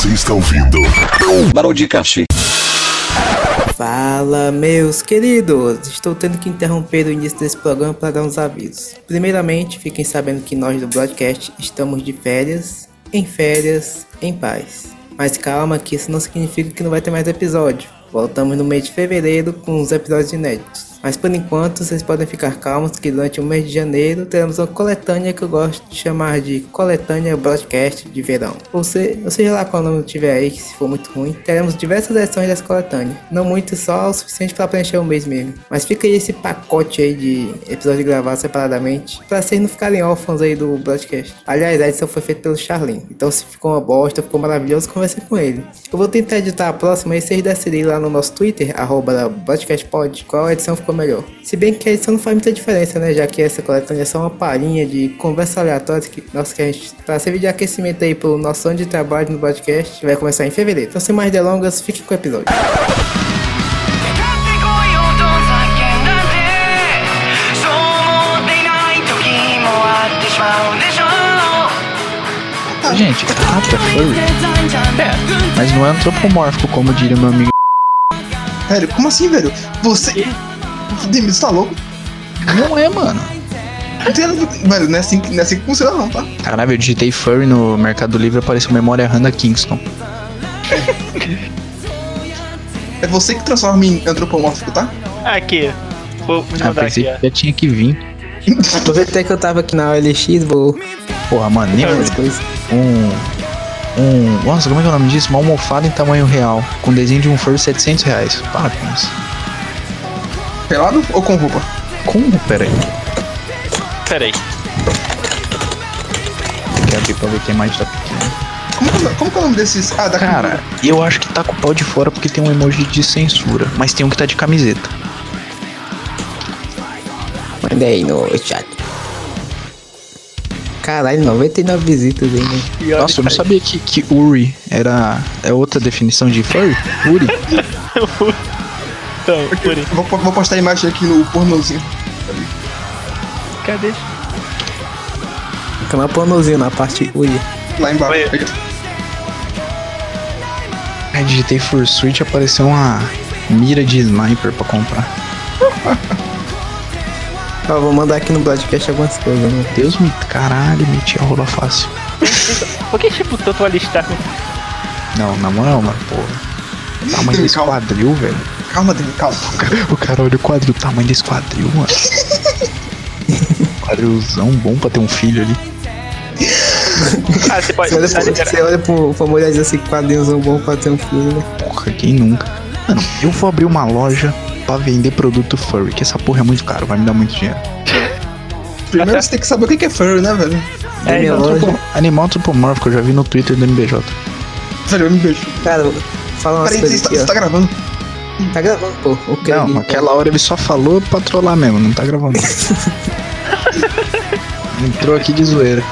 Você está ouvindo Barão de Cachê. Fala, meus queridos! Estou tendo que interromper o início desse programa para dar uns avisos. Primeiramente, fiquem sabendo que nós do Broadcast estamos de férias, em paz. Mas calma, que isso não significa que não vai ter mais episódio. Voltamos no mês de fevereiro com uns episódios inéditos. Mas por enquanto, vocês podem ficar calmos que durante o mês de janeiro teremos uma coletânea que eu gosto de chamar de Coletânea Broadcast de Verão. Ou seja lá qual nome tiver aí, que se for muito ruim, teremos diversas edições dessa coletânea. Não muito, só o suficiente para preencher o mês mesmo. Mas fica aí esse pacote aí de episódios gravados separadamente, para vocês não ficarem órfãos aí do Broadcast. Aliás, a edição foi feita pelo Charlin. Então se ficou uma bosta, ficou maravilhoso, conversem com ele. Eu vou tentar editar a próxima e vocês decidirem lá no nosso Twitter, @BroadcastPod, qual edição ficou melhor. Se bem que a edição não faz muita diferença, né? Já que essa coletânea é só uma palhinha de conversa aleatória que a gente tá servindo de aquecimento aí pro nosso ano de trabalho no podcast, que vai começar em fevereiro. Então, sem mais delongas, fique com o episódio. Gente, rato é furry? É, mas não é antropomórfico, como diria meu amigo. Velho, como assim, velho? Você tá louco? Não é, mano. Não tem nada, velho, não é assim que funciona não, tá? Caralho, eu digitei furry no Mercado Livre e apareceu Memória RAM da Kingston. É você que transforma em antropomórfico, tá? Aqui, vou mandar aqui, ó. Já tinha que vir. Aproveitei que eu tava aqui na OLX, vou... Porra, mano, nem as coisas. Nossa, como é que é o nome disso? Uma almofada em tamanho real, com desenho de um furry, R$700. Para com isso. Pelado ou com roupa? Como? Pera aí. Quer abrir pra ver quem mais tá pequeno. Como que é o nome desses? Ah, da Cara, eu acho que tá com o pau de fora porque tem um emoji de censura, mas tem um que tá de camiseta. Manda aí no chat. Caralho, 99 visitas aí, né? Nossa, eu não sabia que Uri é outra definição de furry? Uri? Então, Uri. Vou postar a imagem aqui no pornozinho. Cadê? Canal pornozinho na parte Uri. Lá embaixo. Oi. Aí digitei Fursuit e apareceu uma mira de sniper pra comprar. Ó, vou mandar aqui no podcast algumas coisas, né? Deus me... Caralho, meti a rola fácil. Por que tipo tanto alistar? Não, na moral, mano, porra. O tamanho desse quadril, velho. Calma, Dani, calma. O cara olha o quadril, o tamanho desse quadril, mano. Quadrilzão bom pra ter um filho ali. Ah, você pode... Você olha pra mulher e diz assim, quadrinhos bom pra ter um filho, né? Porra, quem nunca? Mano, eu vou abrir uma loja pra vender produto furry, que essa porra é muito caro, vai me dar muito dinheiro. Primeiro você tem que saber o que é furry, né, velho? Animal antropomórfico, eu já vi no Twitter do MBJ. Velho, eu me beijo. Cara, fala umas Peraí, coisas aqui, você ó. tá gravando? Tá gravando, pô. O que Não, aquela hora ele só falou pra trollar mesmo, não tá gravando. Entrou aqui de zoeira.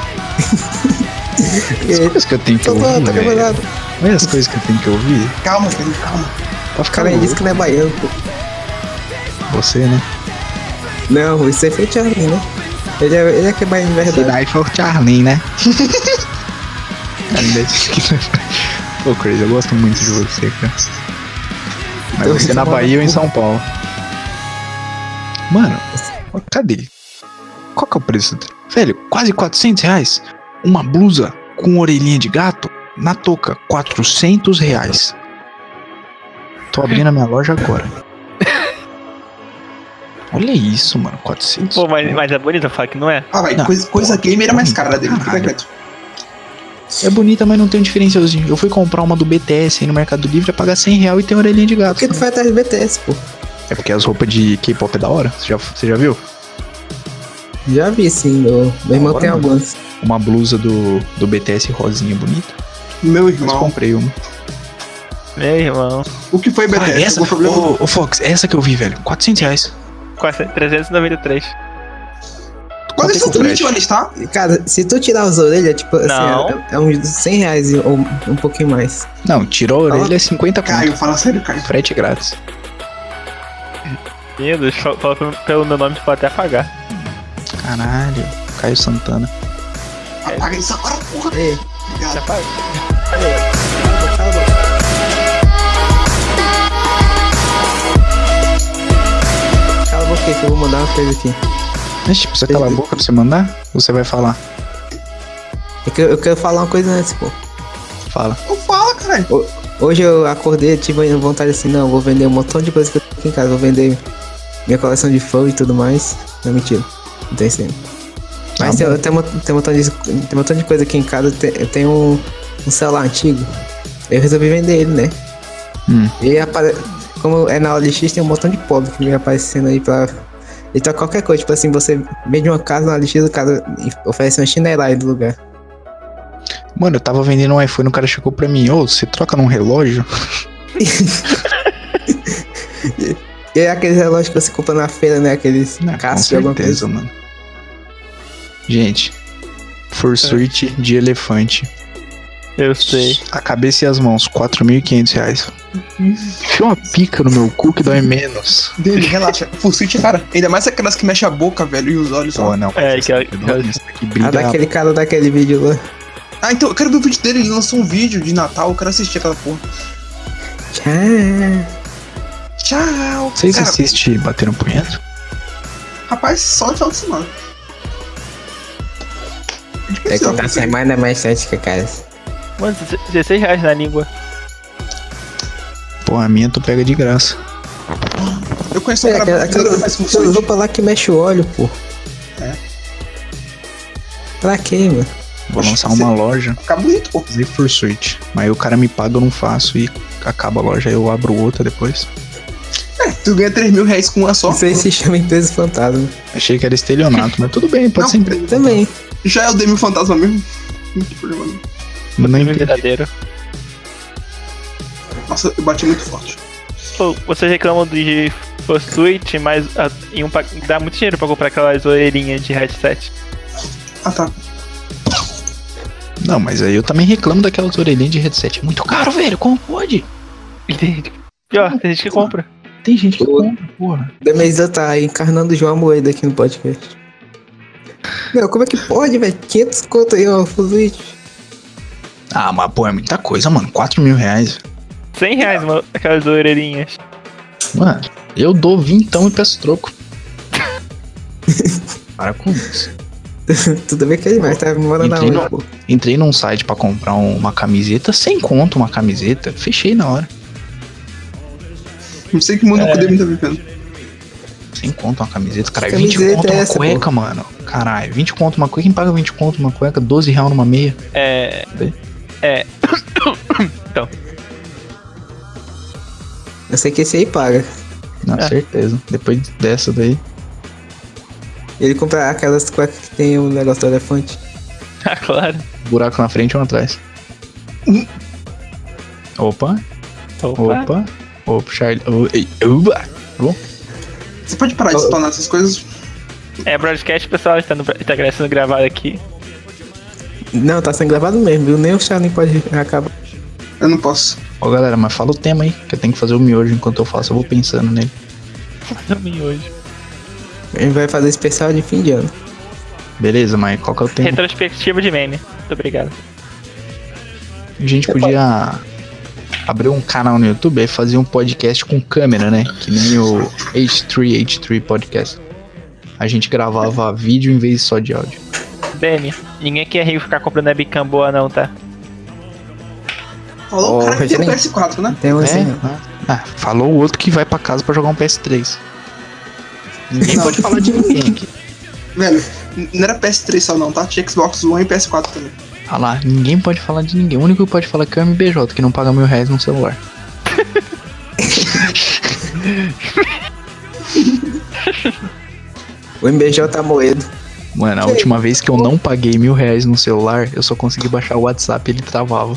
As coisas que eu tenho que ouvir, tá velho. gravando. Olha as coisas que eu tenho que ouvir. Calma, velho, calma. Pra O ficar cara aí louco. disse que não é baiano, pô. Você, né? Não, isso aí foi o Charlie, né? Ele é que é baiano de Esse verdade. daí foi o Charlin, né? Ainda disse que não é. Pô, Crazy, eu gosto muito de você, cara. Mas Então, você na Bahia ou em São Paulo? Mano, cadê? Qual que é o preço? Velho, quase R$400? Uma blusa com orelhinha de gato na touca, R$400. Tô abrindo a minha loja agora. Olha isso, mano, 400. Pô, mas é bonito, fala que não é? Ah, vai, Não. coisa gamer é mais cara dele, fica Caralho. quieto. É bonita, mas não tem um diferencialzinho. Eu fui comprar uma do BTS aí no Mercado Livre a pagar R$100 e tem orelhinha de gato. Por que tu foi atrás do BTS, pô? É porque as roupas de K-pop é da hora. Você já viu? Já vi, sim. Meu irmão Agora tem não. algumas. Uma blusa do BTS rosinha bonita. Meu Mas irmão. comprei uma. Meu irmão. O que foi BTS? Ah, essa? Algum problema? Ô, Fox, essa que eu vi, velho. R$400. Quase 393. Quando esse Quanto é que o tweet vai listar? Cara, se tu tirar as orelhas, tipo Não. assim, é uns R$100 ou um pouquinho mais. Não, tirou a orelha é 50 Caio, conto. fala sério, Caio. Frete grátis. Meu Deus, fala pelo meu nome, tu pode até apagar. Caralho. Caio Santana. Apaga isso agora, porra. Ei, Obrigado. Já apaga. que eu vou mandar uma coisa aqui. Ixi, precisa calar a boca pra você mandar? Ou você vai falar? É que eu quero falar uma coisa antes, pô. Fala. Não fala, caralho. Hoje eu acordei, tive vontade assim, não, vou vender um montão de coisa que eu tenho aqui em casa. Vou vender minha coleção de fogo e tudo mais. Não, mentira. Não tem sim. Mas tem um montão de coisa aqui em casa. Eu tenho um celular antigo. Eu resolvi vender ele, né? E como é na OLX, tem um montão de pobre que vem aparecendo aí pra... Então qualquer coisa, tipo assim, você vende uma casa na OLX, o cara oferece uma chinelagem do lugar. Mano, eu tava vendendo um iPhone, o cara chegou pra mim, ô, você troca num relógio? E é aqueles relógios que você compra na feira, né? Aqueles Com caços de alguma certeza, coisa. mano. Gente, Fursuit de elefante. Eu sei. A cabeça e as mãos, R$4.500. Enfia uma pica no meu cu que dói menos. Dele, relaxa. Fursuit, cara. Ainda mais aquelas que mexem a boca, velho, e os olhos. Pô, Ó. não. É, essa que aqui brilha. Daquele cara daquele vídeo lá. Ah, então eu quero ver o vídeo dele. Ele lançou um vídeo de Natal. Eu quero assistir aquela porra. Tchau. Tchau. Vocês Cara, assistem Batendo Punheta? rapaz, só no final de semana. É que tá semana mais estética, cara. Mano, R$16 na língua. Pô, a minha tu pega de graça. Eu conheço um cara brasileiro que faz Aquela Fursuit. roupa lá que mexe o óleo, pô. É. Pra quê, mano? Vou lançar uma loja, Fica bonito, pô. fazer Fursuit. Mas aí o cara me paga, eu não faço e acaba a loja, aí eu abro outra depois. É, tu ganha R$3.000 com uma só. Isso aí se chama empresa fantasma. Achei que era estelionato, mas tudo bem, pode Não, ser empresa. Também. Já é o Demi Fantasma mesmo. Não tem problema não. Mas não Nome entendi. verdadeiro. Nossa, eu bati muito forte. Pô, vocês reclamam de Fursuit, mas dá muito dinheiro pra comprar aquelas orelhinhas de headset. Ah, tá. Não, mas aí eu também reclamo daquelas orelhinhas de headset. É muito caro, velho, como pode? Pior, tem gente que compra. Tem gente que compra, porra. Demesa tá encarnando o João Moeda aqui no podcast. Meu, como é que pode, velho? 500 conto aí, ó, Fursuit. Ah, mas pô, é muita coisa, mano. R$4.000. R$100, mano, aquelas orelhinhas. Mano, eu dou vintão e peço troco. Para com isso. Tudo bem que é demais, tá morando na Entrei hora, no- pô. Entrei num site pra comprar uma camiseta, sem conto uma camiseta. Fechei na hora. Não sei que mundo o Demi tá vivendo. Sem conto uma camiseta, caralho. Que 20 camiseta conto é uma essa, cueca, mano. Caralho, 20 conto uma cueca. Quem paga 20 conto uma cueca? R$12 numa meia. Eu sei que esse aí paga. Não, certeza. Depois dessa daí. Ele compra aquelas cuecas que tem o negócio do elefante. Ah, claro. Buraco na frente ou atrás. Opa, opa. Opa, Charlie. Uba. Bom, Você pode parar de spawnar essas coisas? É, broadcast, pessoal, tá sendo gravado aqui. Não, tá sendo gravado mesmo, viu? Nem o Charlie pode acabar. Eu não posso. ó galera, mas fala o tema aí, que eu tenho que fazer o miojo enquanto eu faço, eu vou pensando nele. Também hoje. A gente vai fazer especial de fim de ano. Beleza, mas qual que é o tema? Retrospectiva de meme. Muito obrigado. A gente podia abrir um canal no YouTube e fazer um podcast com câmera, né? Que nem o H3 Podcast. A gente gravava vídeo em vez só de áudio. Demi, ninguém quer rico ficar comprando webcam boa não, tá? Falou o cara que tem um Rogerinho. PS4, né? Tem um assim, É? né? Ah, falou o outro que vai pra casa pra jogar um PS3. Ninguém Não. pode falar de ninguém aqui. Velho, não era PS3 só não, tá? Tinha Xbox One e PS4 também. Ah lá, ninguém pode falar de ninguém. O único que pode falar que é o MBJ, que não paga R$1.000 no celular. O MBJ tá moído. Mano, a última vez que eu não paguei R$1.000 no celular, eu só consegui baixar o WhatsApp e ele travava.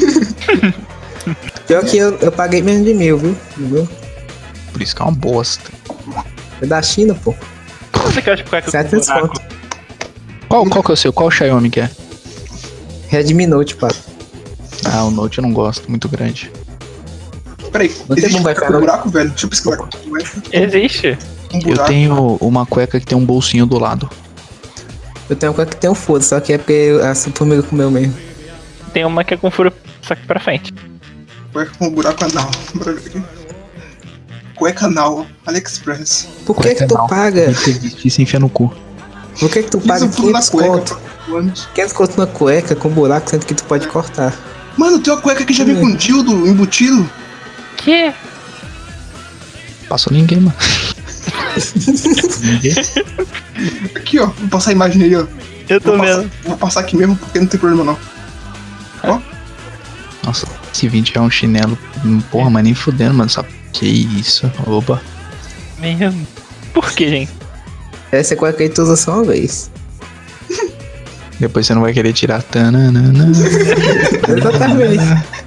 Pior que eu paguei menos de 1.000, viu? Por isso que é uma bosta. É da China, pô. Você quer cueca com 700 buraco? conto. Qual que é o seu? Qual Xiaomi que é? Redmi Note, pá. Ah, o Note eu não gosto, muito grande. Peraí, Não tem existe como vai cueca ficar com no- buraco, velho? Deixa eu pesquisar. Existe. Um Eu buraco. tenho uma cueca que tem um bolsinho do lado. Eu tenho uma que tem um furo, só que é porque a formiga comeu mesmo. Tem uma que é com furo só que pra frente. Cueca com buraco anal. Bora ver aqui. Cueca Now, AliExpress. Por que que tu Não. paga? E se enfia no cu. Por que que tu paga Isso tudo na 500 cueca. conto? Mano. 500 conto na cueca com buraco, sendo que tu pode cortar. Mano, tem uma cueca que já vem com dildo embutido. Que? Passou ninguém, mano. Ninguém. Aqui, ó. Vou passar a imagem aí, ó. Eu tô vendo. Vou passar aqui mesmo porque não tem problema não. Ó. Nossa, esse 20 é um chinelo. Porra, mas nem fudendo, mano. Sabe? Que isso? Oba. Mesmo. Por que, gente? Essa cueca aí tu usa só uma vez. Depois você não vai querer tirar. Tananana. Exatamente.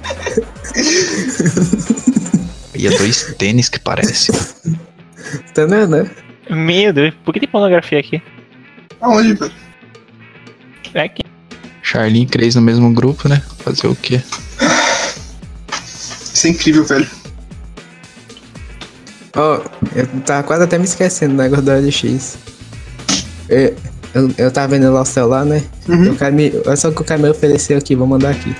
E é 2 tênis que parece. Tá vendo? Meu Deus, por que tem pornografia aqui? Aonde, velho? É aqui. Charlene e Crazy no mesmo grupo, né? Fazer o quê? Isso é incrível, velho. Ó, eu tava quase até me esquecendo do negócio do LX. Eu tava vendo lá o celular, né? Uhum. Olha só o que o cara me ofereceu aqui, vou mandar aqui.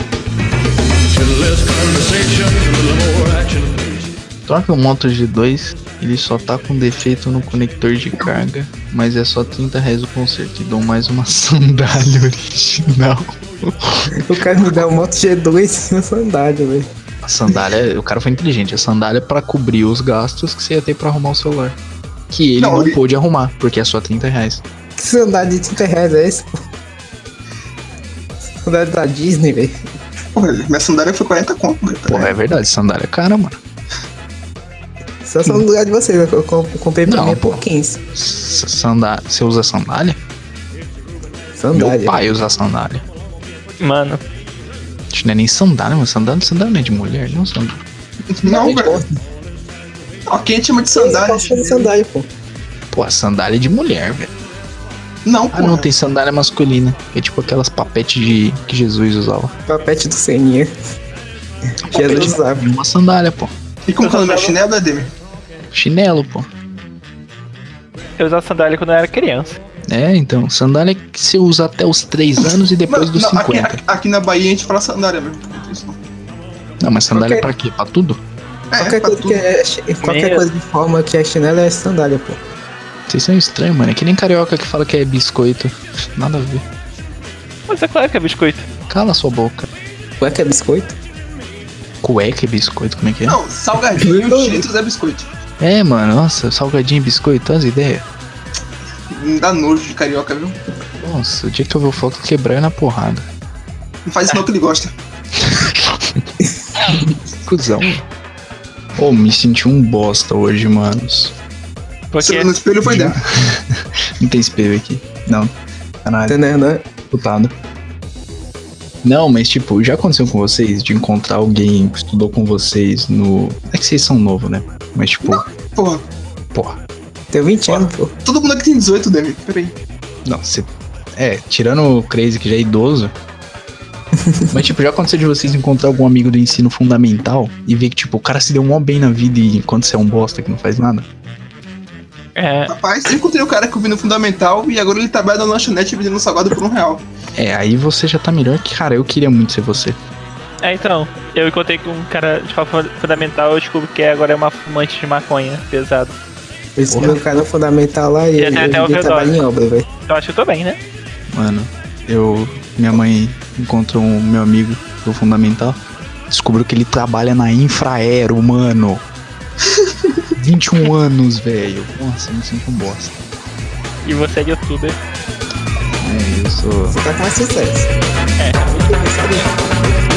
Troca o Moto G2, ele só tá com defeito no conector de carga, mas é só R$30 o conserto. E dou mais uma sandália original. O cara me dá o Moto G2 na sandália, velho. A sandália, o cara foi inteligente. A sandália é pra cobrir os gastos que você ia ter pra arrumar o celular. Que ele não pôde arrumar, porque é só R$30. Que sandália de 30 reais é esse, pô? Sandália da Disney, velho. Pô, velho, minha sandália foi 40 conto, velho. Porra, é verdade, sandália é cara, mano. Só no lugar de vocês, eu comprei pra Não, mim pô. por 15. Sandália, você usa sandália? Sandália. Meu pai usa sandália. Mano, Acho que não é nem sandália, mas sandália não é de mulher, não sandália. Não, velho. Ó, quem a gente chama de sandália? Posso fazer sandália, pô. Pô, a sandália é de mulher, velho. Não, Ah, pô. não, tem sandália masculina. É tipo aquelas papetes que Jesus usava. Papete do Seninha. Jesus usava. Uma sandália, pô. E como que é o nome da chinelo, Ademir? Chinelo, pô. eu usava sandália quando eu era criança. É, então, sandália que você usa até os 3 anos e depois dos Não, 50. aqui na Bahia a gente fala sandália mesmo. Não tem isso não. Não, mas sandália é Qualquer- pra quê? Pra tudo? Qualquer, pra coisa, tudo. qualquer Meu. coisa de forma que é chinelo é sandália, pô. Vocês são estranhos, mano. É que nem carioca que fala que é biscoito. Nada a ver. Mas é claro que é biscoito. Cala sua boca. Cueca é biscoito? Cueca e biscoito, como é que é? Não, salgadinho, Cheetos é biscoito. É, mano, nossa, salgadinho e biscoito, as ideias. Me dá nojo de carioca, viu? Nossa, o dia que eu ver o foco quebrar na porrada. Não faz isso não que ele gosta. Cusão. Ô, me senti um bosta hoje, manos. Você Porque no espelho foi dentro. Não tem espelho aqui. Não. Caralho, Entendendo? putado. Não, mas tipo, já aconteceu com vocês de encontrar alguém que estudou com vocês no... É que vocês são novos, né? Mas tipo, Porra, porra. Tenho 20 anos, pô. todo mundo aqui tem 18, Demi. Peraí. Não, você... É, tirando o Crazy que já é idoso... Mas tipo, já aconteceu de vocês encontrar algum amigo do ensino fundamental e ver que tipo, o cara se deu mó bem na vida e enquanto você é um bosta que não faz nada? é, Rapaz, eu encontrei o cara que eu vi no Fundamental e agora ele trabalha na lanchonete vendendo salgado por R$1. É, aí você já tá melhor que, cara, eu queria muito ser você. então, eu encontrei com um cara de escola fundamental, eu descubro que agora é uma fumante de maconha, pesado. Eu descobri um canal fundamental lá e E até ele overdose. trabalha em obra, velho. Eu acho que eu tô bem, né? Mano, minha mãe encontrou um meu amigo do fundamental, descobriu que ele trabalha na Infraero, mano. 21 anos, velho. Nossa, eu me sinto um bosta. E você é youtuber. É, eu sou... Você tá com mais sucesso. É. Muito bem, sabe?